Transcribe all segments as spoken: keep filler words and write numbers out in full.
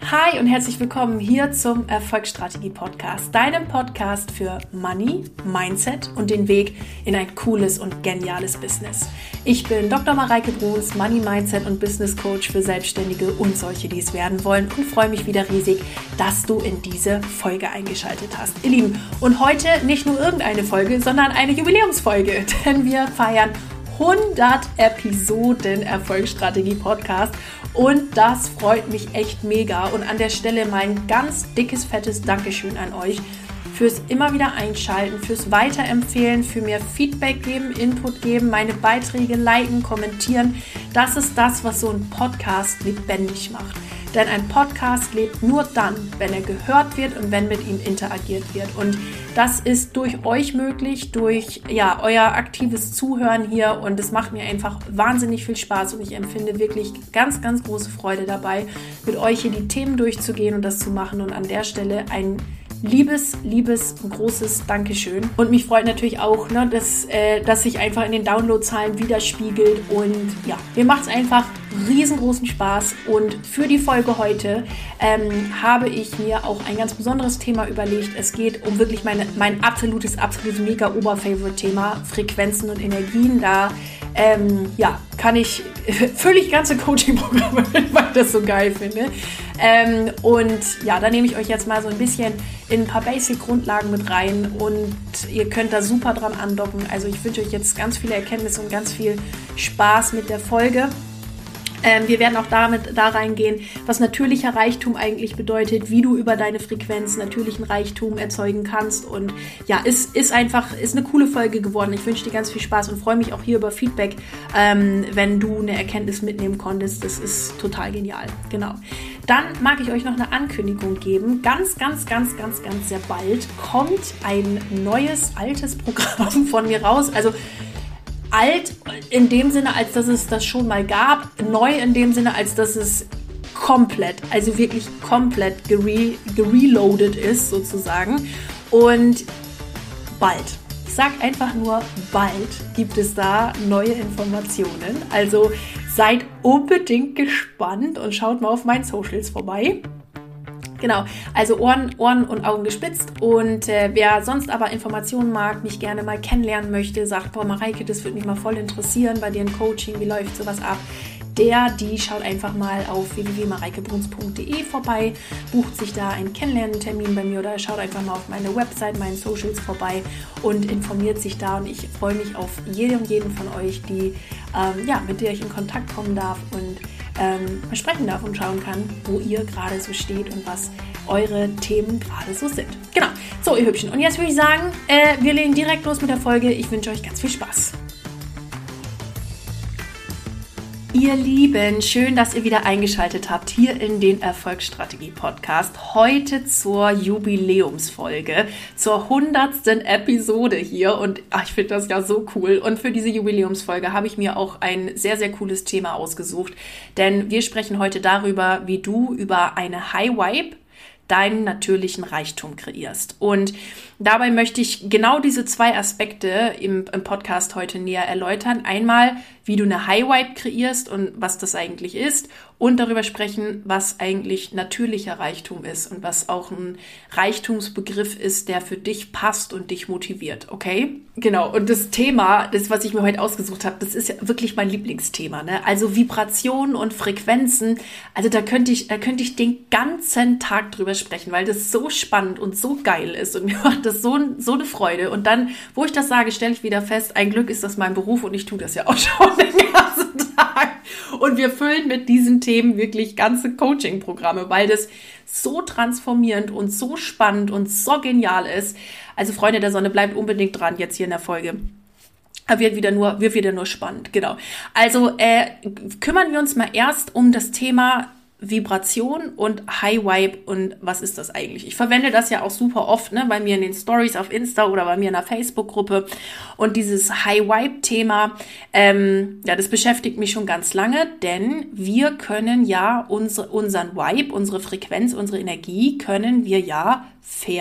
Hi und herzlich willkommen hier zum Erfolgsstrategie-Podcast, deinem Podcast für Money, Mindset und den Weg in ein cooles und geniales Business. Ich bin Doktor Mareike Bruns, Money, Mindset und Business Coach für Selbstständige und solche, die es werden wollen, und freue mich wieder riesig, dass du in diese Folge eingeschaltet hast. Ihr Lieben, und heute nicht nur irgendeine Folge, sondern eine Jubiläumsfolge, denn wir feiern hundert Episoden Erfolgsstrategie-Podcast. Und das freut mich echt mega. Und an der Stelle mein ganz dickes, fettes Dankeschön an euch fürs immer wieder einschalten, fürs Weiterempfehlen, für mir Feedback geben, Input geben, meine Beiträge liken, kommentieren. Das ist das, was so ein Podcast lebendig macht. Denn ein Podcast lebt nur dann, wenn er gehört wird und wenn mit ihm interagiert wird. Und das ist durch euch möglich, durch ja, euer aktives Zuhören hier. Und es macht mir einfach wahnsinnig viel Spaß. Und ich empfinde wirklich ganz, ganz große Freude dabei, mit euch hier die Themen durchzugehen und das zu machen. Und an der Stelle ein liebes, liebes, großes Dankeschön. Und mich freut natürlich auch, ne, dass, äh, dass sich einfach in den Downloadzahlen widerspiegelt. Und ja, mir macht es einfach riesengroßen Spaß. Und für die Folge heute ähm, habe ich mir auch ein ganz besonderes Thema überlegt. Es geht um wirklich meine, mein absolutes, absolutes mega Oberfavorite-Thema, Frequenzen und Energien. Da ähm, ja, kann ich völlig ganze Coaching-Programme, weil ich das so geil finde. Ähm, und ja, da nehme ich euch jetzt mal so ein bisschen in ein paar Basic-Grundlagen mit rein und ihr könnt da super dran andocken. Also ich wünsche euch jetzt ganz viele Erkenntnisse und ganz viel Spaß mit der Folge. Ähm, wir werden auch damit da reingehen, was natürlicher Reichtum eigentlich bedeutet, wie du über deine Frequenz natürlichen Reichtum erzeugen kannst. Und ja, ist, ist einfach, ist eine coole Folge geworden. Ich wünsche dir ganz viel Spaß und freue mich auch hier über Feedback, ähm, wenn du eine Erkenntnis mitnehmen konntest. Das ist total genial. Genau. Dann mag ich euch noch eine Ankündigung geben. Ganz, ganz, ganz, ganz, ganz sehr bald kommt ein neues, altes Programm von mir raus. Also alt in dem Sinne, als dass es das schon mal gab, neu in dem Sinne, als dass es komplett, also wirklich komplett gere- gereloadet ist sozusagen. Und bald, ich sag einfach nur bald, gibt es da neue Informationen. Also seid unbedingt gespannt und schaut mal auf meinen Socials vorbei. Genau, also Ohren, Ohren und Augen gespitzt, und äh, wer sonst aber Informationen mag, mich gerne mal kennenlernen möchte, sagt, boah Mareike, das würde mich mal voll interessieren, bei dir ein Coaching, wie läuft sowas ab, der, die schaut einfach mal auf w w w punkt mareikebruns punkt d e vorbei, bucht sich da einen Kennenlerntermin bei mir oder schaut einfach mal auf meine Website, meinen Socials vorbei und informiert sich da, und ich freue mich auf jede und jeden von euch, die, ähm, ja, mit der ich in Kontakt kommen darf und Ähm, sprechen darf und schauen kann, wo ihr gerade so steht und was eure Themen gerade so sind. Genau, so ihr Hübschen. Und jetzt würde ich sagen, äh, wir legen direkt los mit der Folge. Ich wünsche euch ganz viel Spaß. Ihr Lieben, schön, dass ihr wieder eingeschaltet habt hier in den Erfolgsstrategie-Podcast. Heute zur Jubiläumsfolge, zur hundertsten Episode hier. Und ach, ich finde das ja so cool. Und für diese Jubiläumsfolge habe ich mir auch ein sehr, sehr cooles Thema ausgesucht. Denn wir sprechen heute darüber, wie du über eine High Vibe deinen natürlichen Reichtum kreierst. Und dabei möchte ich genau diese zwei Aspekte im, im Podcast heute näher erläutern. Einmal, wie du eine High Vibe kreierst und was das eigentlich ist, und darüber sprechen, was eigentlich natürlicher Reichtum ist und was auch ein Reichtumsbegriff ist, der für dich passt und dich motiviert, okay? Genau, und das Thema, das, was ich mir heute ausgesucht habe, das ist ja wirklich mein Lieblingsthema, ne? Also Vibrationen und Frequenzen, also da könnte ich, da könnte ich den ganzen Tag drüber sprechen, weil das so spannend und so geil ist und mir macht das so, so eine Freude. Und dann, wo ich das sage, stelle ich wieder fest, ein Glück ist das mein Beruf und ich tue das ja auch schon den ganzen Tag. Und wir füllen mit diesen Themen wirklich ganze Coaching-Programme, weil das so transformierend und so spannend und so genial ist. Also Freunde der Sonne, bleibt unbedingt dran jetzt hier in der Folge. Wird wieder nur, wird wieder nur spannend, genau. Also äh, kümmern wir uns mal erst um das Thema Vibration und High Vibe und was ist das eigentlich? Ich verwende das ja auch super oft, ne, bei mir in den Stories auf Insta oder bei mir in der Facebook-Gruppe, und dieses High Vibe-Thema, ähm, ja, das beschäftigt mich schon ganz lange, denn wir können ja unsere, unseren Vibe, unsere Frequenz, unsere Energie können wir ja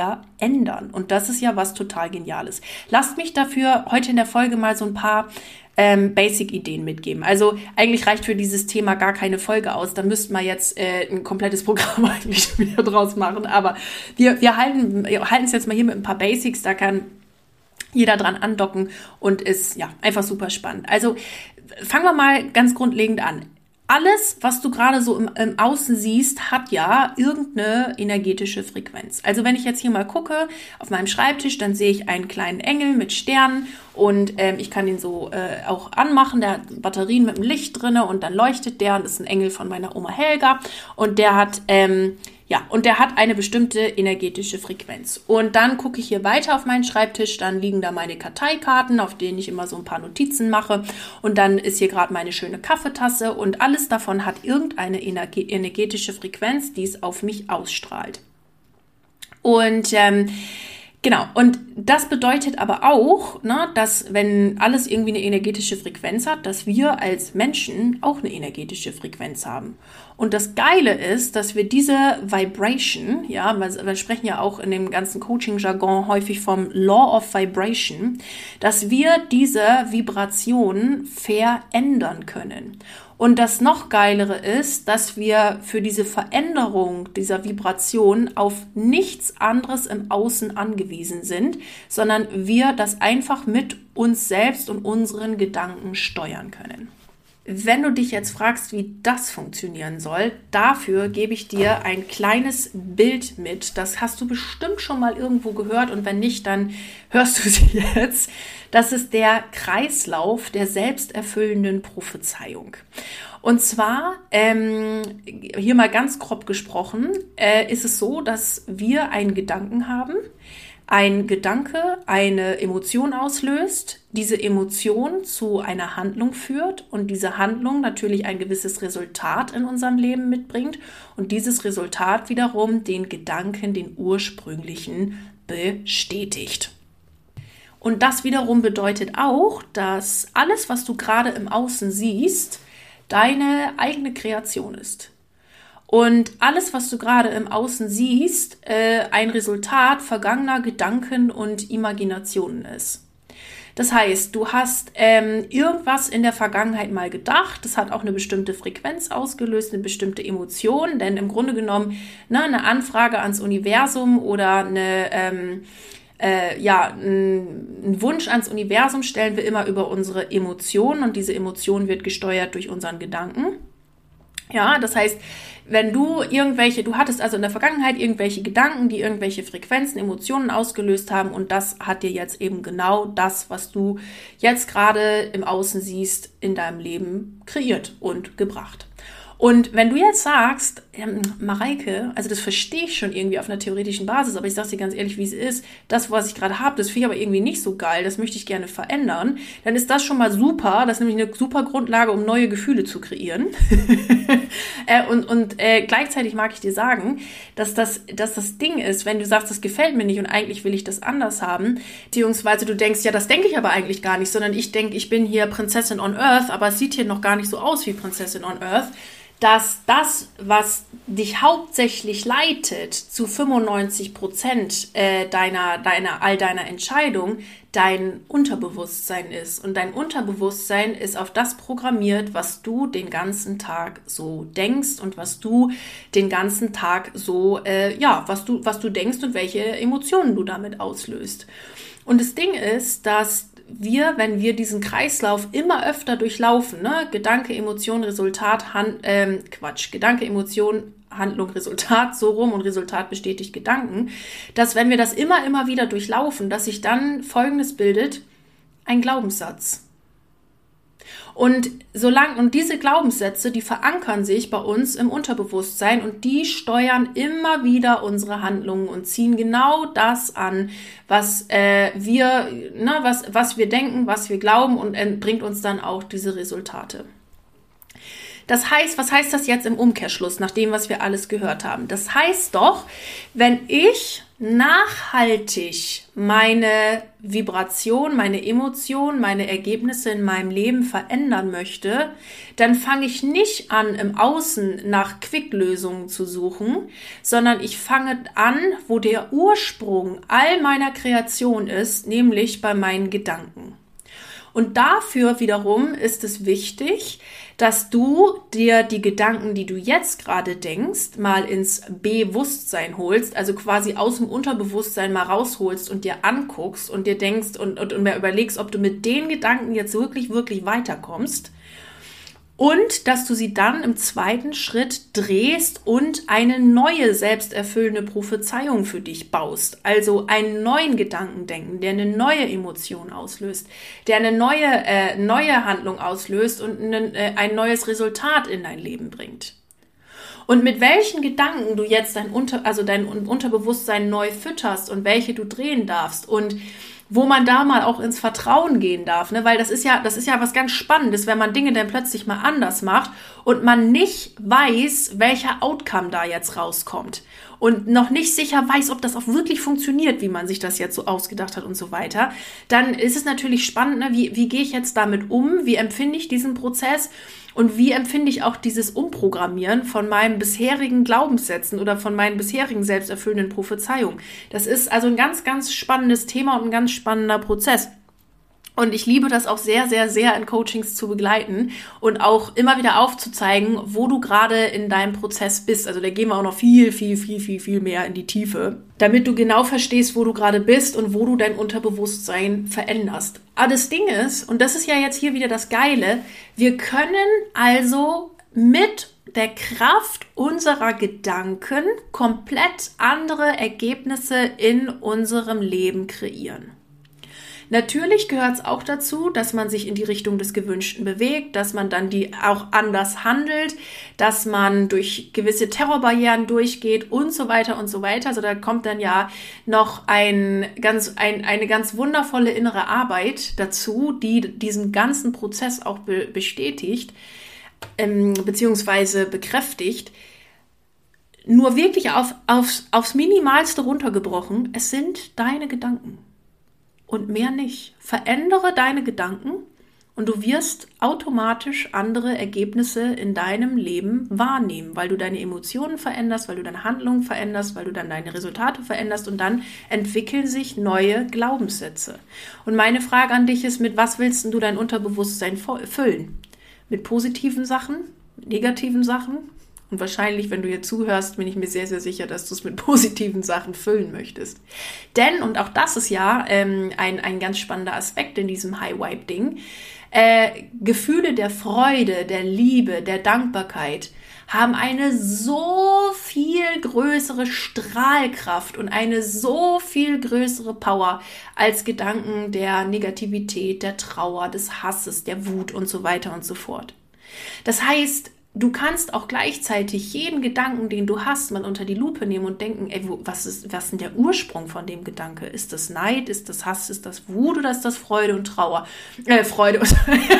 verändern, und das ist ja was total Geniales. Lasst mich dafür heute in der Folge mal so ein paar ähm, Basic-Ideen mitgeben. Also eigentlich reicht für dieses Thema gar keine Folge aus. Da müssten wir jetzt äh, ein komplettes Programm eigentlich wieder draus machen. Aber wir, wir halten wir halten es jetzt mal hier mit ein paar Basics. Da kann jeder dran andocken und ist ja einfach super spannend. Also fangen wir mal ganz grundlegend an. Alles, was du gerade so im, im Außen siehst, hat ja irgendeine energetische Frequenz. Also wenn ich jetzt hier mal gucke auf meinem Schreibtisch, dann sehe ich einen kleinen Engel mit Sternen und ähm, ich kann den so äh, auch anmachen. Der hat Batterien mit dem Licht drinne und dann leuchtet der und ist ein Engel von meiner Oma Helga und der hat ähm, ja und der hat eine bestimmte energetische Frequenz. Und dann gucke ich hier weiter auf meinen Schreibtisch, dann liegen da meine Karteikarten, auf denen ich immer so ein paar Notizen mache und dann ist hier gerade meine schöne Kaffeetasse und alles davon hat irgendeine energe- energetische Frequenz, die es auf mich ausstrahlt. Und ähm, Genau, und das bedeutet aber auch, ne, dass wenn alles irgendwie eine energetische Frequenz hat, dass wir als Menschen auch eine energetische Frequenz haben. Und das Geile ist, dass wir diese Vibration, ja, wir sprechen ja auch in dem ganzen Coaching-Jargon häufig vom Law of Vibration, dass wir diese Vibration verändern können. Und das noch Geilere ist, dass wir für diese Veränderung dieser Vibration auf nichts anderes im Außen angewiesen sind, sondern wir das einfach mit uns selbst und unseren Gedanken steuern können. Wenn du dich jetzt fragst, wie das funktionieren soll, dafür gebe ich dir ein kleines Bild mit. Das hast du bestimmt schon mal irgendwo gehört und wenn nicht, dann hörst du es jetzt. Das ist der Kreislauf der selbsterfüllenden Prophezeiung. Und zwar, ähm, hier mal ganz grob gesprochen, äh, ist es so, dass wir einen Gedanken haben, ein Gedanke eine Emotion auslöst, diese Emotion zu einer Handlung führt und diese Handlung natürlich ein gewisses Resultat in unserem Leben mitbringt und dieses Resultat wiederum den Gedanken, den ursprünglichen, bestätigt. Und das wiederum bedeutet auch, dass alles, was du gerade im Außen siehst, deine eigene Kreation ist. Und alles, was du gerade im Außen siehst, äh, ein Resultat vergangener Gedanken und Imaginationen ist. Das heißt, du hast ähm, irgendwas in der Vergangenheit mal gedacht, das hat auch eine bestimmte Frequenz ausgelöst, eine bestimmte Emotion, denn im Grunde genommen ne, eine Anfrage ans Universum oder eine, ähm, äh, ja, ein Wunsch ans Universum stellen wir immer über unsere Emotionen und diese Emotion wird gesteuert durch unseren Gedanken. Ja, das heißt, wenn du irgendwelche, du hattest also in der Vergangenheit irgendwelche Gedanken, die irgendwelche Frequenzen, Emotionen ausgelöst haben und das hat dir jetzt eben genau das, was du jetzt gerade im Außen siehst, in deinem Leben kreiert und gebracht. Und wenn du jetzt sagst, ähm, Mareike, also das verstehe ich schon irgendwie auf einer theoretischen Basis, aber ich sage dir ganz ehrlich, wie es ist, das, was ich gerade habe, das finde ich aber irgendwie nicht so geil, das möchte ich gerne verändern, dann ist das schon mal super, das ist nämlich eine super Grundlage, um neue Gefühle zu kreieren. äh, und und äh, gleichzeitig mag ich dir sagen, dass das, dass das Ding ist, wenn du sagst, das gefällt mir nicht und eigentlich will ich das anders haben, beziehungsweise du denkst, ja, das denke ich aber eigentlich gar nicht, sondern ich denke, ich bin hier Prinzessin on Earth, aber es sieht hier noch gar nicht so aus wie Prinzessin on Earth, dass das, was dich hauptsächlich leitet, zu fünfundneunzig Prozent äh, deiner, deiner, all deiner Entscheidungen, dein Unterbewusstsein ist. Und dein Unterbewusstsein ist auf das programmiert, was du den ganzen Tag so denkst und was du den ganzen Tag so, äh, ja, was du, was du denkst und welche Emotionen du damit auslöst. Und das Ding ist, dass wir, wenn wir diesen Kreislauf immer öfter durchlaufen, ne, Gedanke, Emotion, Resultat, Hand, ähm, Quatsch, Gedanke, Emotion, Handlung, Resultat, so rum und Resultat bestätigt Gedanken, dass wenn wir das immer, immer wieder durchlaufen, dass sich dann Folgendes bildet, ein Glaubenssatz. Und solange, und diese Glaubenssätze, die verankern sich bei uns im Unterbewusstsein und die steuern immer wieder unsere Handlungen und ziehen genau das an, was äh, wir, ne, was, was wir denken, was wir glauben und äh, bringt uns dann auch diese Resultate. Das heißt, was heißt das jetzt im Umkehrschluss, nach dem, was wir alles gehört haben? Das heißt doch, wenn ich nachhaltig meine Vibration, meine Emotionen, meine Ergebnisse in meinem Leben verändern möchte, dann fange ich nicht an, im Außen nach Quick-Lösungen zu suchen, sondern ich fange an, wo der Ursprung all meiner Kreation ist, nämlich bei meinen Gedanken. Und dafür wiederum ist es wichtig, dass du dir die Gedanken, die du jetzt gerade denkst, mal ins Bewusstsein holst, also quasi aus dem Unterbewusstsein mal rausholst und dir anguckst und dir denkst und, und, und mir überlegst, ob du mit den Gedanken jetzt wirklich, wirklich weiterkommst. Und dass du sie dann im zweiten Schritt drehst und eine neue selbsterfüllende Prophezeiung für dich baust. Also einen neuen Gedankendenken, der eine neue Emotion auslöst, der eine neue, äh, neue Handlung auslöst und ein, äh, ein neues Resultat in dein Leben bringt. Und mit welchen Gedanken du jetzt dein, Unter, also dein Unterbewusstsein neu fütterst und welche du drehen darfst und wo man da mal auch ins Vertrauen gehen darf, ne? Weil das ist ja, das ist ja was ganz Spannendes, wenn man Dinge dann plötzlich mal anders macht und man nicht weiß, welcher Outcome da jetzt rauskommt und noch nicht sicher weiß, ob das auch wirklich funktioniert, wie man sich das jetzt so ausgedacht hat und so weiter, dann ist es natürlich spannend, ne? Wie, wie gehe ich jetzt damit um? Wie empfinde ich diesen Prozess? Und wie empfinde ich auch dieses Umprogrammieren von meinen bisherigen Glaubenssätzen oder von meinen bisherigen selbsterfüllenden Prophezeiungen? Das ist also ein ganz, ganz spannendes Thema und ein ganz spannender Prozess. Und ich liebe das auch sehr, sehr, sehr in Coachings zu begleiten und auch immer wieder aufzuzeigen, wo du gerade in deinem Prozess bist. Also da gehen wir auch noch viel, viel, viel, viel, viel mehr in die Tiefe, damit du genau verstehst, wo du gerade bist und wo du dein Unterbewusstsein veränderst. Aber das Ding ist, und das ist ja jetzt hier wieder das Geile, wir können also mit der Kraft unserer Gedanken komplett andere Ergebnisse in unserem Leben kreieren. Natürlich gehört es auch dazu, dass man sich in die Richtung des Gewünschten bewegt, dass man dann die auch anders handelt, dass man durch gewisse Terrorbarrieren durchgeht und so weiter und so weiter. Also da kommt dann ja noch ein ganz, ein, eine ganz wundervolle innere Arbeit dazu, die diesen ganzen Prozess auch be- bestätigt, ähm, beziehungsweise bekräftigt. Nur wirklich auf, aufs, aufs Minimalste runtergebrochen, es sind deine Gedanken. Und mehr nicht. Verändere deine Gedanken und du wirst automatisch andere Ergebnisse in deinem Leben wahrnehmen, weil du deine Emotionen veränderst, weil du deine Handlungen veränderst, weil du dann deine Resultate veränderst und dann entwickeln sich neue Glaubenssätze. Und meine Frage an dich ist, mit was willst du dein Unterbewusstsein füllen? Mit positiven Sachen? Mit negativen Sachen? Und wahrscheinlich, wenn du hier zuhörst, bin ich mir sehr, sehr sicher, dass du es mit positiven Sachen füllen möchtest. Denn, und auch das ist ja ähm, ein, ein ganz spannender Aspekt in diesem High-Vibe-Ding, äh, Gefühle der Freude, der Liebe, der Dankbarkeit haben eine so viel größere Strahlkraft und eine so viel größere Power als Gedanken der Negativität, der Trauer, des Hasses, der Wut und so weiter und so fort. Das heißt, du kannst auch gleichzeitig jeden Gedanken, den du hast, mal unter die Lupe nehmen und denken, ey, wo, was ist, was ist denn der Ursprung von dem Gedanke? Ist das Neid, ist das Hass, ist das Wut oder ist das Freude und Trauer? Äh, Freude und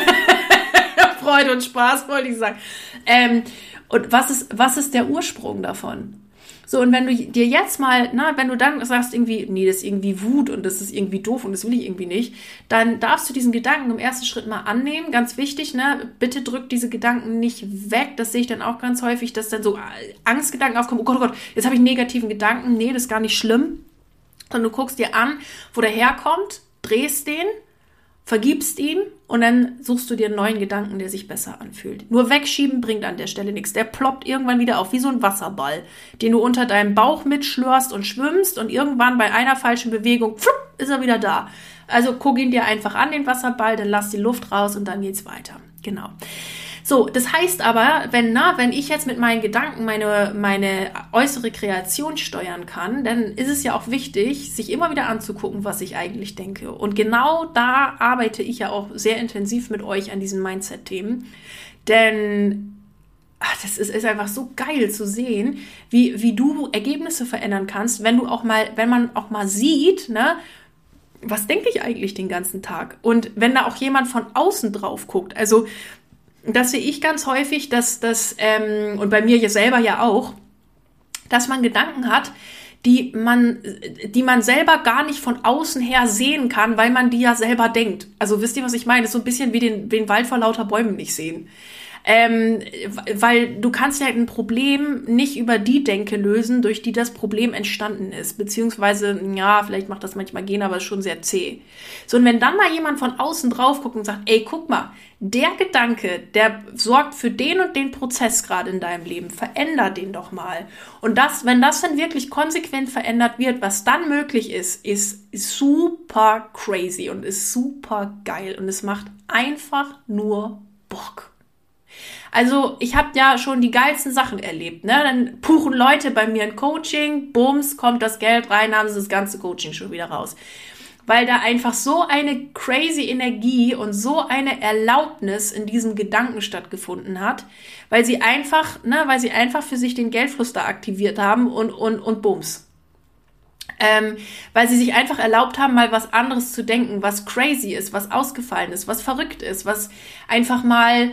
Freude und Spaß, wollte ich sagen. Ähm, und was ist, was ist der Ursprung davon? So, und wenn du dir jetzt mal, na, wenn du dann sagst irgendwie, nee, das ist irgendwie Wut und das ist irgendwie doof und das will ich irgendwie nicht, dann darfst du diesen Gedanken im ersten Schritt mal annehmen. Ganz wichtig, ne, bitte drück diese Gedanken nicht weg. Das sehe ich dann auch ganz häufig, dass dann so Angstgedanken aufkommen. Oh Gott, oh Gott, jetzt habe ich einen negativen Gedanken. Nee, das ist gar nicht schlimm. Und du guckst dir an, wo der herkommt, drehst den, vergibst ihm und dann suchst du dir einen neuen Gedanken, der sich besser anfühlt. Nur wegschieben bringt an der Stelle nichts. Der ploppt irgendwann wieder auf, wie so ein Wasserball, den du unter deinem Bauch mitschlürst und schwimmst und irgendwann bei einer falschen Bewegung pfupp, ist er wieder da. Also guck ihn dir einfach an, den Wasserball, dann lass die Luft raus und dann geht's weiter. Genau. So, das heißt aber, wenn, na, wenn ich jetzt mit meinen Gedanken meine, meine äußere Kreation steuern kann, dann ist es ja auch wichtig, sich immer wieder anzugucken, was ich eigentlich denke. Und genau da arbeite ich ja auch sehr intensiv mit euch an diesen Mindset-Themen. Denn ach, das ist, ist einfach so geil zu sehen, wie, wie du Ergebnisse verändern kannst, wenn du auch mal, wenn man auch mal sieht, ne, was denke ich eigentlich den ganzen Tag? Und wenn da auch jemand von außen drauf guckt, also das sehe ich ganz häufig, dass das, ähm, und bei mir ja selber ja auch, dass man Gedanken hat, die man, die man selber gar nicht von außen her sehen kann, weil man die ja selber denkt. Also wisst ihr, was ich meine? Das ist so ein bisschen wie den, den Wald vor lauter Bäumen nicht sehen. Ähm, weil du kannst ja ein Problem nicht über die Denke lösen, durch die das Problem entstanden ist. Beziehungsweise, ja, vielleicht macht das manchmal gehen, aber ist schon sehr zäh. So, und wenn dann mal jemand von außen drauf guckt und sagt, ey, guck mal, der Gedanke, der sorgt für den und den Prozess gerade in deinem Leben, veränder den doch mal. Und das, wenn das dann wirklich konsequent verändert wird, was dann möglich ist, ist super crazy und ist super geil und es macht einfach nur Bock. Also ich habe ja schon die geilsten Sachen erlebt. Ne? Dann buchen Leute bei mir ein Coaching, bums, kommt das Geld rein, haben sie das ganze Coaching schon wieder raus. Weil da einfach so eine crazy Energie und so eine Erlaubnis in diesem Gedanken stattgefunden hat, weil sie einfach, ne, weil sie einfach für sich den Geldfluss da aktiviert haben und, und, und bums. Ähm, weil sie sich einfach erlaubt haben, mal was anderes zu denken, was crazy ist, was ausgefallen ist, was verrückt ist, was einfach mal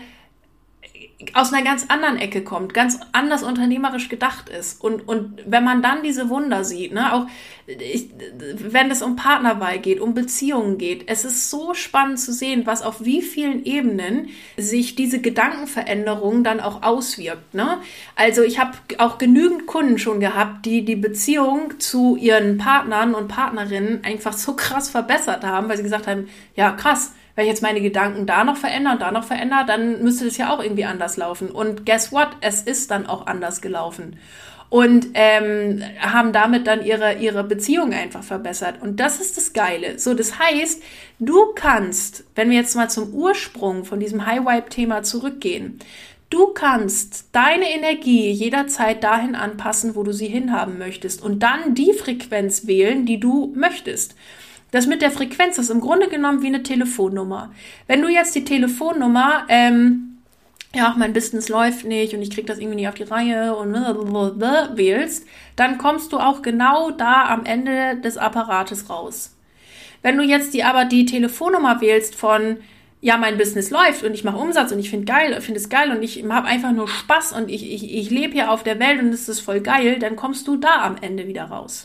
aus einer ganz anderen Ecke kommt, ganz anders unternehmerisch gedacht ist. Und, und wenn man dann diese Wunder sieht, ne, auch ich, wenn es um Partnerwahl geht, um Beziehungen geht, es ist so spannend zu sehen, was auf wie vielen Ebenen sich diese Gedankenveränderung dann auch auswirkt. Ne? Also ich habe auch genügend Kunden schon gehabt, die die Beziehung zu ihren Partnern und Partnerinnen einfach so krass verbessert haben, weil sie gesagt haben, ja krass, wenn ich jetzt meine Gedanken da noch verändere und da noch verändere, dann müsste das ja auch irgendwie anders laufen. Und guess what? Es ist dann auch anders gelaufen. Und ähm, haben damit dann ihre, ihre Beziehung einfach verbessert. Und das ist das Geile. So, das heißt, du kannst, wenn wir jetzt mal zum Ursprung von diesem High-Vibe-Thema zurückgehen, du kannst deine Energie jederzeit dahin anpassen, wo du sie hinhaben möchtest. Und dann die Frequenz wählen, die du möchtest. Das mit der Frequenz ist im Grunde genommen wie eine Telefonnummer. Wenn du jetzt die Telefonnummer, ähm, ja, mein Business läuft nicht und ich krieg das irgendwie nicht auf die Reihe und blablabla wählst, dann kommst du auch genau da am Ende des Apparates raus. Wenn du jetzt die aber die Telefonnummer wählst von, ja, mein Business läuft und ich mache Umsatz und ich finde geil, finde es geil und ich habe einfach nur Spaß und ich, ich, ich lebe hier auf der Welt und es ist voll geil, dann kommst du da am Ende wieder raus.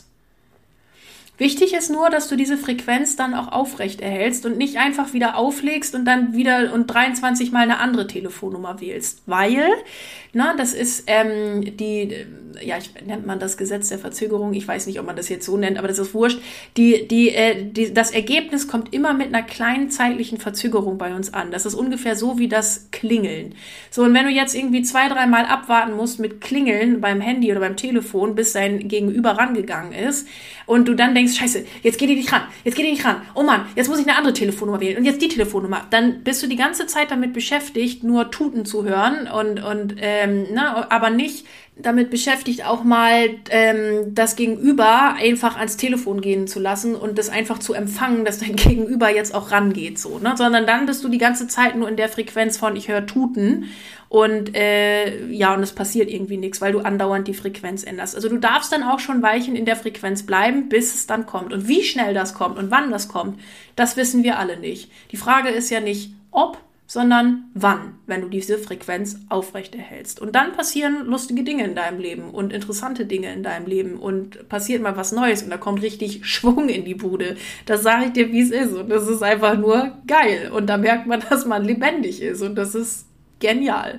Wichtig ist nur, dass du diese Frequenz dann auch aufrecht erhältst und nicht einfach wieder auflegst und dann wieder und dreiundzwanzig Mal eine andere Telefonnummer wählst. Weil, na, das ist ähm, die, ja, ich, nennt man das Gesetz der Verzögerung, ich weiß nicht, ob man das jetzt so nennt, aber das ist wurscht. Die, die, äh, die, das Ergebnis kommt immer mit einer kleinen zeitlichen Verzögerung bei uns an. Das ist ungefähr so wie das Klingeln. So, und wenn du jetzt irgendwie zwei, dreimal abwarten musst mit Klingeln beim Handy oder beim Telefon, bis dein Gegenüber rangegangen ist und du dann denkst, scheiße, jetzt geht die nicht ran, jetzt geht die nicht ran, oh Mann, jetzt muss ich eine andere Telefonnummer wählen und jetzt die Telefonnummer, dann bist du die ganze Zeit damit beschäftigt, nur Tuten zu hören und, und ähm, ne, aber nicht damit beschäftigt, auch mal ähm, das Gegenüber einfach ans Telefon gehen zu lassen und das einfach zu empfangen, dass dein Gegenüber jetzt auch rangeht, so, ne? Sondern dann bist du die ganze Zeit nur in der Frequenz von ich höre Tuten und äh, ja, und es passiert irgendwie nichts, weil du andauernd die Frequenz änderst. Also du darfst dann auch schon Weichen in der Frequenz bleiben, bis es dann kommt. Und wie schnell das kommt und wann das kommt, das wissen wir alle nicht. Die Frage ist ja nicht ob, sondern wann, wenn du diese Frequenz aufrechterhältst. Und dann passieren lustige Dinge in deinem Leben und interessante Dinge in deinem Leben und passiert mal was Neues und da kommt richtig Schwung in die Bude. Das sage ich dir, wie es ist und das ist einfach nur geil. Und da merkt man, dass man lebendig ist und das ist genial.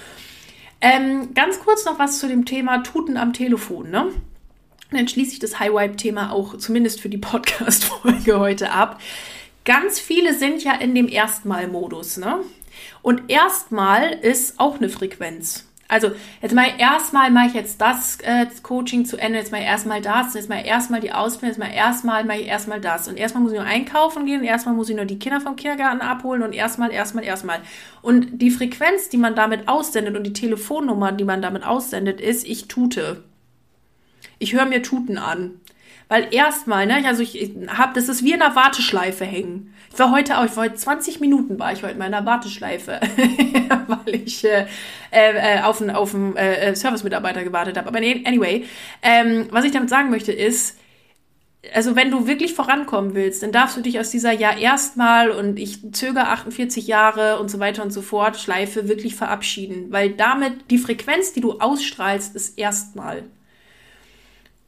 Ähm, ganz kurz noch was zu dem Thema Tuten am Telefon, ne? Und dann schließe ich das High-Vibe-Thema auch zumindest für die Podcast-Folge heute ab. Ganz viele sind ja in dem Erstmal-Modus, ne? Und Erstmal ist auch eine Frequenz. Also jetzt mal erstmal mache ich jetzt das äh, Coaching zu Ende, jetzt mal erstmal das, jetzt mal erstmal die Ausbildung, jetzt mal erstmal mache ich erstmal das. Und erstmal muss ich nur einkaufen gehen, erstmal muss ich nur die Kinder vom Kindergarten abholen und erstmal, erstmal, erstmal. Und die Frequenz, die man damit aussendet und die Telefonnummer, die man damit aussendet, ist, ich tute. Ich höre mir Tuten an. Weil erstmal, ne, also ich habe, das ist wie in einer Warteschleife hängen. Ich war heute auch, ich war heute zwanzig Minuten war ich heute in meiner Warteschleife, weil ich äh, äh, auf einen auf einen, äh, Service-Mitarbeiter gewartet habe. Aber anyway, ähm, was ich damit sagen möchte ist, also wenn du wirklich vorankommen willst, dann darfst du dich aus dieser ja erstmal und ich zögere achtundvierzig Jahre und so weiter und so fort Schleife wirklich verabschieden. Weil damit die Frequenz, die du ausstrahlst, ist erstmal.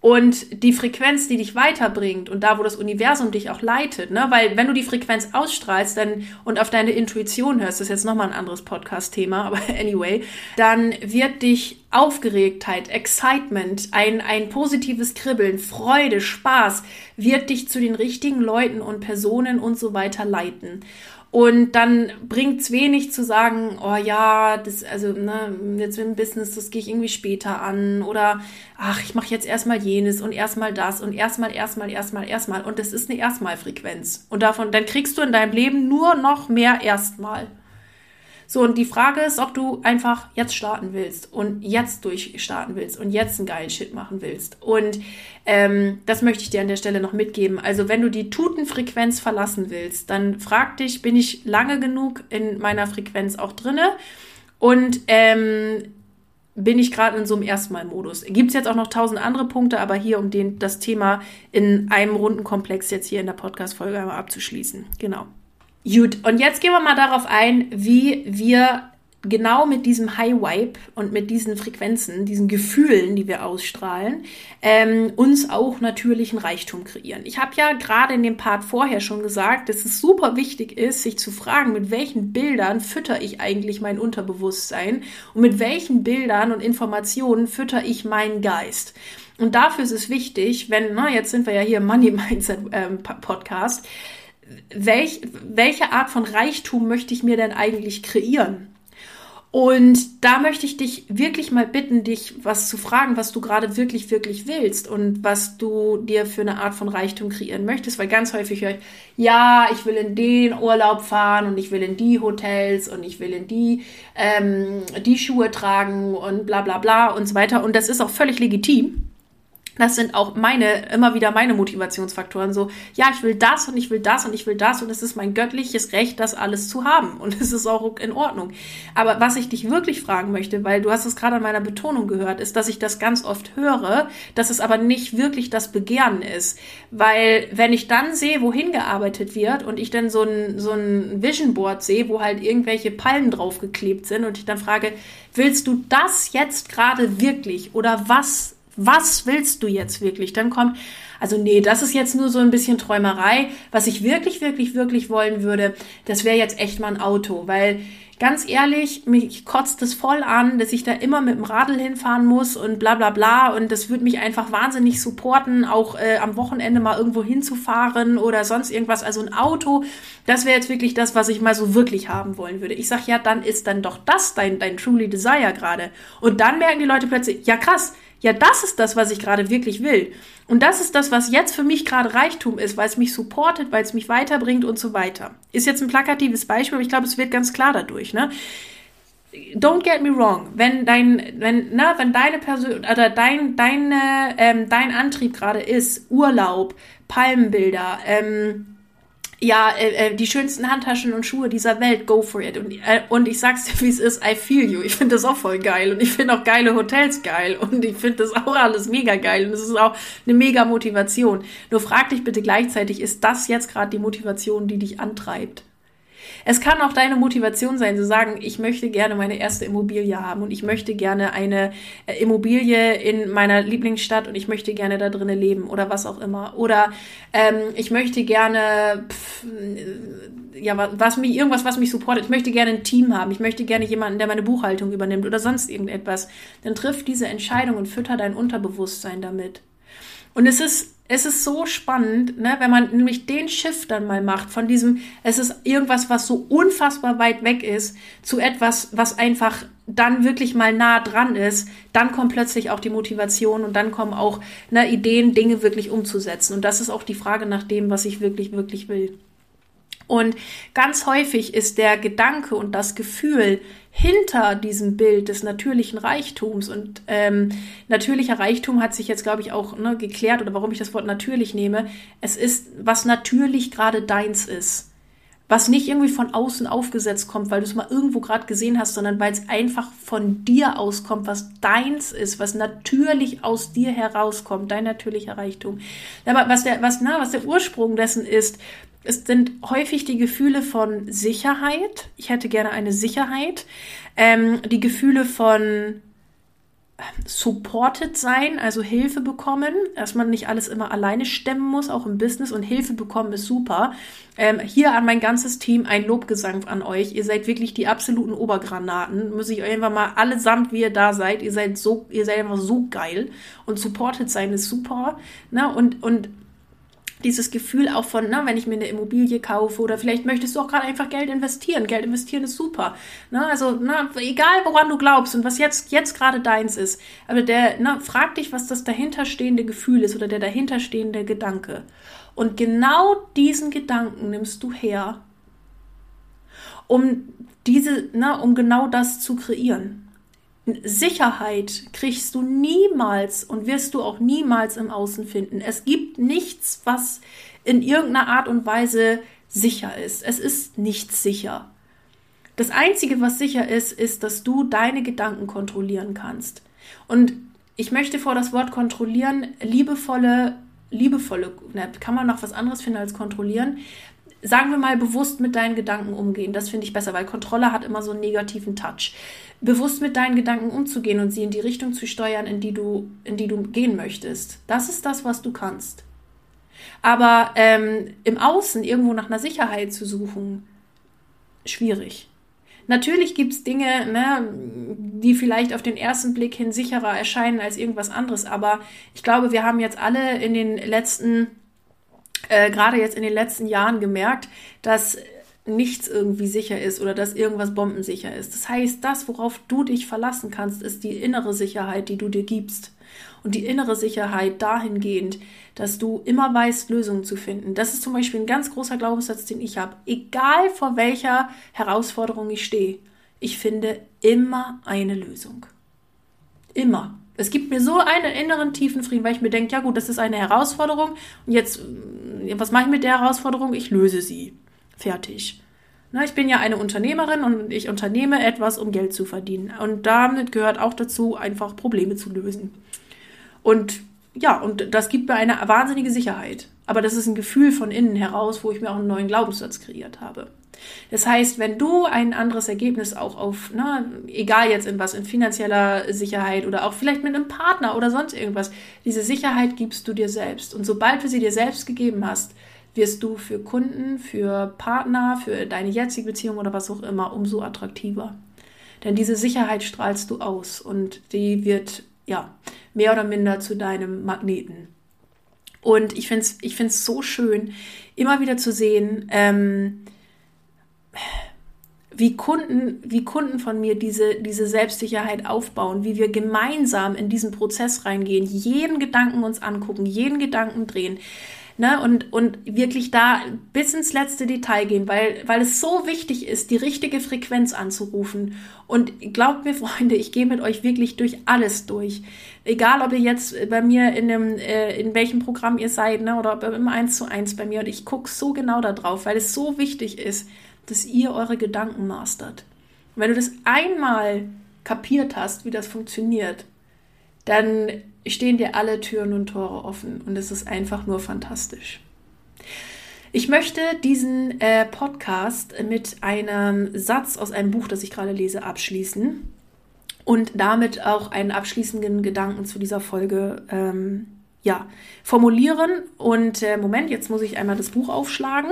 Und die Frequenz, die dich weiterbringt und da, wo das Universum dich auch leitet, ne, weil wenn du die Frequenz ausstrahlst dann, und auf deine Intuition hörst, das ist jetzt nochmal ein anderes Podcast-Thema, aber anyway, dann wird dich Aufgeregtheit, Excitement, ein, ein positives Kribbeln, Freude, Spaß, wird dich zu den richtigen Leuten und Personen und so weiter leiten. Und dann bringt's wenig zu sagen, oh ja, das, also, ne, jetzt im Business, das gehe ich irgendwie später an. Oder, ach, ich mache jetzt erstmal jenes und erstmal das und erstmal, erstmal, erstmal, erstmal. Und das ist eine Erstmal-Frequenz. Und davon, dann kriegst du in deinem Leben nur noch mehr Erstmal. So, und die Frage ist, ob du einfach jetzt starten willst und jetzt durchstarten willst und jetzt einen geilen Shit machen willst. Und ähm, das möchte ich dir an der Stelle noch mitgeben. Also wenn du die Tutenfrequenz verlassen willst, dann frag dich, bin ich lange genug in meiner Frequenz auch drinne? Und ähm, bin ich gerade in so einem Erstmal-Modus? Gibt es jetzt auch noch tausend andere Punkte, aber hier, um den, das Thema in einem runden Komplex jetzt hier in der Podcast-Folge einmal abzuschließen. Genau. Gut, und jetzt gehen wir mal darauf ein, wie wir genau mit diesem High Vibe und mit diesen Frequenzen, diesen Gefühlen, die wir ausstrahlen, ähm, uns auch natürlichen Reichtum kreieren. Ich habe ja gerade in dem Part vorher schon gesagt, dass es super wichtig ist, sich zu fragen, mit welchen Bildern fütter ich eigentlich mein Unterbewusstsein und mit welchen Bildern und Informationen fütter ich meinen Geist. Und dafür ist es wichtig, wenn, na, jetzt sind wir ja hier im Money Mindset ähm, Podcast, Welch, welche Art von Reichtum möchte ich mir denn eigentlich kreieren? Und da möchte ich dich wirklich mal bitten, dich was zu fragen, was du gerade wirklich, wirklich willst und was du dir für eine Art von Reichtum kreieren möchtest, weil ganz häufig höre ich, ja, ich will in den Urlaub fahren und ich will in die Hotels und ich will in die, ähm, die Schuhe tragen und bla bla bla und so weiter. Und das ist auch völlig legitim. Das sind auch meine, immer wieder meine Motivationsfaktoren. So, ja, ich will das und ich will das und ich will das und es ist mein göttliches Recht, das alles zu haben. Und es ist auch in Ordnung. Aber was ich dich wirklich fragen möchte, weil du hast es gerade an meiner Betonung gehört, ist, dass ich das ganz oft höre, dass es aber nicht wirklich das Begehren ist. Weil wenn ich dann sehe, wohin gearbeitet wird und ich dann so ein, so ein Vision Board sehe, wo halt irgendwelche Palmen draufgeklebt sind und ich dann frage, willst du das jetzt gerade wirklich oder was Was willst du jetzt wirklich? Dann kommt, also nee, das ist jetzt nur so ein bisschen Träumerei. Was ich wirklich, wirklich, wirklich wollen würde, das wäre jetzt echt mal ein Auto. Weil, ganz ehrlich, mich kotzt es voll an, dass ich da immer mit dem Radl hinfahren muss und bla bla bla. Und das würde mich einfach wahnsinnig supporten, auch äh, am Wochenende mal irgendwo hinzufahren oder sonst irgendwas. Also ein Auto, das wäre jetzt wirklich das, was ich mal so wirklich haben wollen würde. Ich sag, ja, dann ist dann doch das dein, dein truly Desire gerade. Und dann merken die Leute plötzlich, ja krass, ja, das ist das, was ich gerade wirklich will. Und das ist das, was jetzt für mich gerade Reichtum ist, weil es mich supportet, weil es mich weiterbringt und so weiter. Ist jetzt ein plakatives Beispiel, aber ich glaube, es wird ganz klar dadurch, ne? Don't get me wrong, wenn dein, wenn, na, wenn deine Person oder dein, deine, ähm, dein Antrieb gerade ist, Urlaub, Palmenbilder, ähm, ja, äh, die schönsten Handtaschen und Schuhe dieser Welt, go for it. Und, äh, und ich sag's dir, wie es ist, I feel you. Ich finde das auch voll geil. Und ich finde auch geile Hotels geil. Und ich finde das auch alles mega geil. Und es ist auch eine mega Motivation. Nur frag dich bitte gleichzeitig, ist das jetzt gerade die Motivation, die dich antreibt? Es kann auch deine Motivation sein, zu sagen, ich möchte gerne meine erste Immobilie haben und ich möchte gerne eine Immobilie in meiner Lieblingsstadt und ich möchte gerne da drinnen leben oder was auch immer. Oder ähm, ich möchte gerne, pff, ja, was mich, irgendwas, was mich supportet. Ich möchte gerne ein Team haben. Ich möchte gerne jemanden, der meine Buchhaltung übernimmt oder sonst irgendetwas. Dann triff diese Entscheidung und fütter dein Unterbewusstsein damit. Und es ist Es ist so spannend, ne, wenn man nämlich den Shift dann mal macht von diesem, es ist irgendwas, was so unfassbar weit weg ist, zu etwas, was einfach dann wirklich mal nah dran ist, dann kommt plötzlich auch die Motivation und dann kommen auch, ne, Ideen, Dinge wirklich umzusetzen. Und das ist auch die Frage nach dem, was ich wirklich, wirklich will. Und ganz häufig ist der Gedanke und das Gefühl hinter diesem Bild des natürlichen Reichtums und ähm, natürlicher Reichtum hat sich jetzt, glaube ich, auch ne, geklärt oder warum ich das Wort natürlich nehme. Es ist, was natürlich gerade deins ist. Was nicht irgendwie von außen aufgesetzt kommt, weil du es mal irgendwo gerade gesehen hast, sondern weil es einfach von dir auskommt, was deins ist, was natürlich aus dir herauskommt, dein natürlicher Reichtum. Aber was der, was, na, was der Ursprung dessen ist, es sind häufig die Gefühle von Sicherheit. Ich hätte gerne eine Sicherheit. Ähm, die Gefühle von, supported sein, also Hilfe bekommen, dass man nicht alles immer alleine stemmen muss, auch im Business, und Hilfe bekommen ist super. Ähm, hier an mein ganzes Team ein Lobgesang an euch. Ihr seid wirklich die absoluten Obergranaten. Muss ich euch einfach mal allesamt, wie ihr da seid. Ihr seid so, ihr seid einfach so geil, und supported sein ist super. Ne? Und, und dieses Gefühl auch von, ne, wenn ich mir eine Immobilie kaufe, oder vielleicht möchtest du auch gerade einfach Geld investieren. Geld investieren ist super. Ne, also, ne, egal woran du glaubst und was jetzt, jetzt gerade deins ist. Aber der, ne, frag dich, was das dahinterstehende Gefühl ist oder der dahinterstehende Gedanke. Und genau diesen Gedanken nimmst du her, um diese, ne, um genau das zu kreieren. Sicherheit kriegst du niemals und wirst du auch niemals im Außen finden. Es gibt nichts, was in irgendeiner Art und Weise sicher ist. Es ist nichts sicher. Das Einzige, was sicher ist, ist, dass du deine Gedanken kontrollieren kannst. Und ich möchte vor das Wort kontrollieren, liebevolle, liebevolle, ne, kann man noch was anderes finden als kontrollieren? Sagen wir mal, bewusst mit deinen Gedanken umgehen. Das finde ich besser, weil Kontrolle hat immer so einen negativen Touch. Bewusst mit deinen Gedanken umzugehen und sie in die Richtung zu steuern, in die du, in die du gehen möchtest. Das ist das, was du kannst. Aber ähm, im Außen irgendwo nach einer Sicherheit zu suchen, schwierig. Natürlich gibt es Dinge, ne, die vielleicht auf den ersten Blick hin sicherer erscheinen als irgendwas anderes. Aber ich glaube, wir haben jetzt alle in den letzten Äh, gerade jetzt in den letzten Jahren gemerkt, dass nichts irgendwie sicher ist oder dass irgendwas bombensicher ist. Das heißt, das, worauf du dich verlassen kannst, ist die innere Sicherheit, die du dir gibst. Und die innere Sicherheit dahingehend, dass du immer weißt, Lösungen zu finden. Das ist zum Beispiel ein ganz großer Glaubenssatz, den ich habe. Egal vor welcher Herausforderung ich stehe, ich finde immer eine Lösung. Immer. Es gibt mir so einen inneren tiefen Frieden, weil ich mir denke, ja gut, das ist eine Herausforderung und jetzt, was mache ich mit der Herausforderung? Ich löse sie. Fertig. Na, ich bin ja eine Unternehmerin und ich unternehme etwas, um Geld zu verdienen. Und damit gehört auch dazu, einfach Probleme zu lösen. Und ja, und das gibt mir eine wahnsinnige Sicherheit. Aber das ist ein Gefühl von innen heraus, wo ich mir auch einen neuen Glaubenssatz kreiert habe. Das heißt, wenn du ein anderes Ergebnis auch auf, na, egal jetzt in was, in finanzieller Sicherheit oder auch vielleicht mit einem Partner oder sonst irgendwas, diese Sicherheit gibst du dir selbst. Und sobald du sie dir selbst gegeben hast, wirst du für Kunden, für Partner, für deine jetzige Beziehung oder was auch immer umso attraktiver. Denn diese Sicherheit strahlst du aus und die wird, ja, mehr oder minder zu deinem Magneten. Und ich finde es ich find's so schön, immer wieder zu sehen, ähm, wie Kunden, wie Kunden von mir diese, diese Selbstsicherheit aufbauen, wie wir gemeinsam in diesen Prozess reingehen, jeden Gedanken uns angucken, jeden Gedanken drehen, ne, und, und wirklich da bis ins letzte Detail gehen, weil, weil es so wichtig ist, die richtige Frequenz anzurufen. Und glaubt mir, Freunde, ich gehe mit euch wirklich durch alles durch. Egal, ob ihr jetzt bei mir in dem, äh, in welchem Programm ihr seid, ne, oder ob im eins zu eins bei mir, und ich gucke so genau da drauf, weil es so wichtig ist, dass ihr eure Gedanken mastert. Und wenn du das einmal kapiert hast, wie das funktioniert, dann stehen dir alle Türen und Tore offen und es ist einfach nur fantastisch. Ich möchte diesen äh, Podcast mit einem Satz aus einem Buch, das ich gerade lese, abschließen und damit auch einen abschließenden Gedanken zu dieser Folge ähm, ja, formulieren. Und äh, Moment, jetzt muss ich einmal das Buch aufschlagen.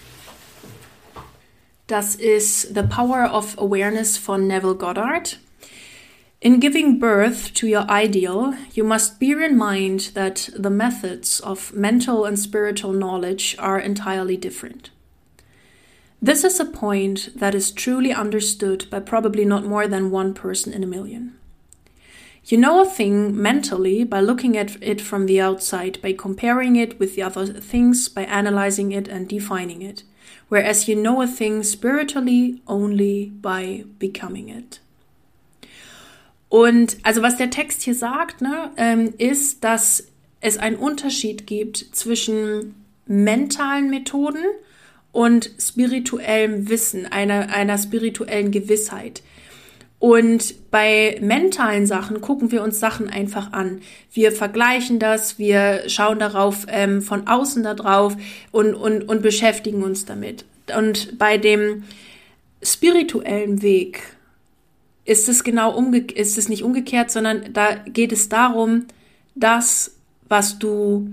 Das ist The Power of Awareness von Neville Goddard. In giving birth to your ideal, you must bear in mind that the methods of mental and spiritual knowledge are entirely different. This is a point that is truly understood by probably not more than one person in a million. You know a thing mentally by looking at it from the outside, by comparing it with the other things, by analyzing it and defining it. Whereas you know a thing spiritually only by becoming it. Und also was der Text hier sagt, ne, ähm, ist, dass es einen Unterschied gibt zwischen mentalen Methoden und spirituellem Wissen, einer, einer spirituellen Gewissheit. Und bei mentalen Sachen gucken wir uns Sachen einfach an. Wir vergleichen das, wir schauen darauf ähm, von außen da drauf und, und, und beschäftigen uns damit. Und bei dem spirituellen Weg ist es genau umge- ist es nicht umgekehrt, sondern da geht es darum, das, was du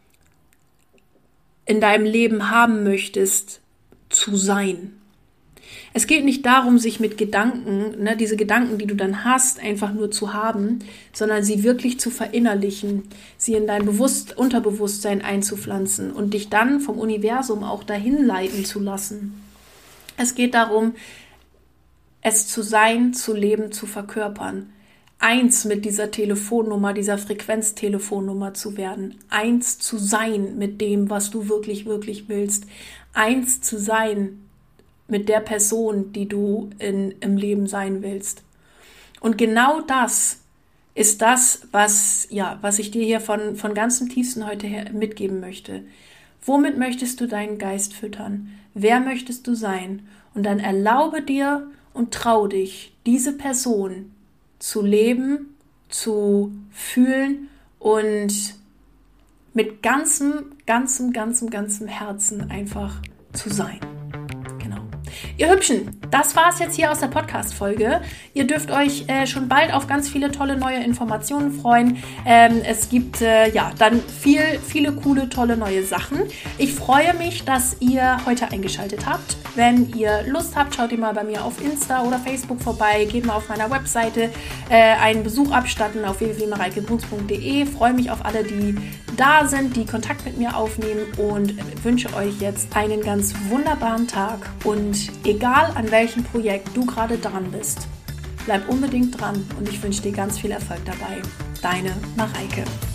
in deinem Leben haben möchtest, zu sein. Es geht nicht darum, sich mit Gedanken, ne, diese Gedanken, die du dann hast, einfach nur zu haben, sondern sie wirklich zu verinnerlichen, sie in dein Bewusst- Unterbewusstsein einzupflanzen und dich dann vom Universum auch dahin leiten zu lassen. Es geht darum, es zu sein, zu leben, zu verkörpern. Eins mit dieser Telefonnummer, dieser Frequenztelefonnummer zu werden. Eins zu sein mit dem, was du wirklich, wirklich willst. Eins zu sein mit der Person, die du in, im Leben sein willst. Und genau das ist das, was, ja, was ich dir hier von, von ganzem Tiefsten heute her mitgeben möchte. Womit möchtest du deinen Geist füttern? Wer möchtest du sein? Und dann erlaube dir und trau dich, diese Person zu leben, zu fühlen und mit ganzem, ganzem, ganzem, ganzem Herzen einfach zu sein. Ihr Hübschen, das war es jetzt hier aus der Podcast-Folge. Ihr dürft euch äh, schon bald auf ganz viele tolle neue Informationen freuen. Ähm, es gibt äh, ja dann viel, viele coole, tolle neue Sachen. Ich freue mich, dass ihr heute eingeschaltet habt. Wenn ihr Lust habt, schaut ihr mal bei mir auf Insta oder Facebook vorbei. Geht mal auf meiner Webseite äh, einen Besuch abstatten auf w w w punkt mareike bruns punkt d e. Freue mich auf alle, die da sind, die Kontakt mit mir aufnehmen und wünsche euch jetzt einen ganz wunderbaren Tag. Und egal an welchem Projekt du gerade dran bist, bleib unbedingt dran und ich wünsche dir ganz viel Erfolg dabei. Deine Mareike.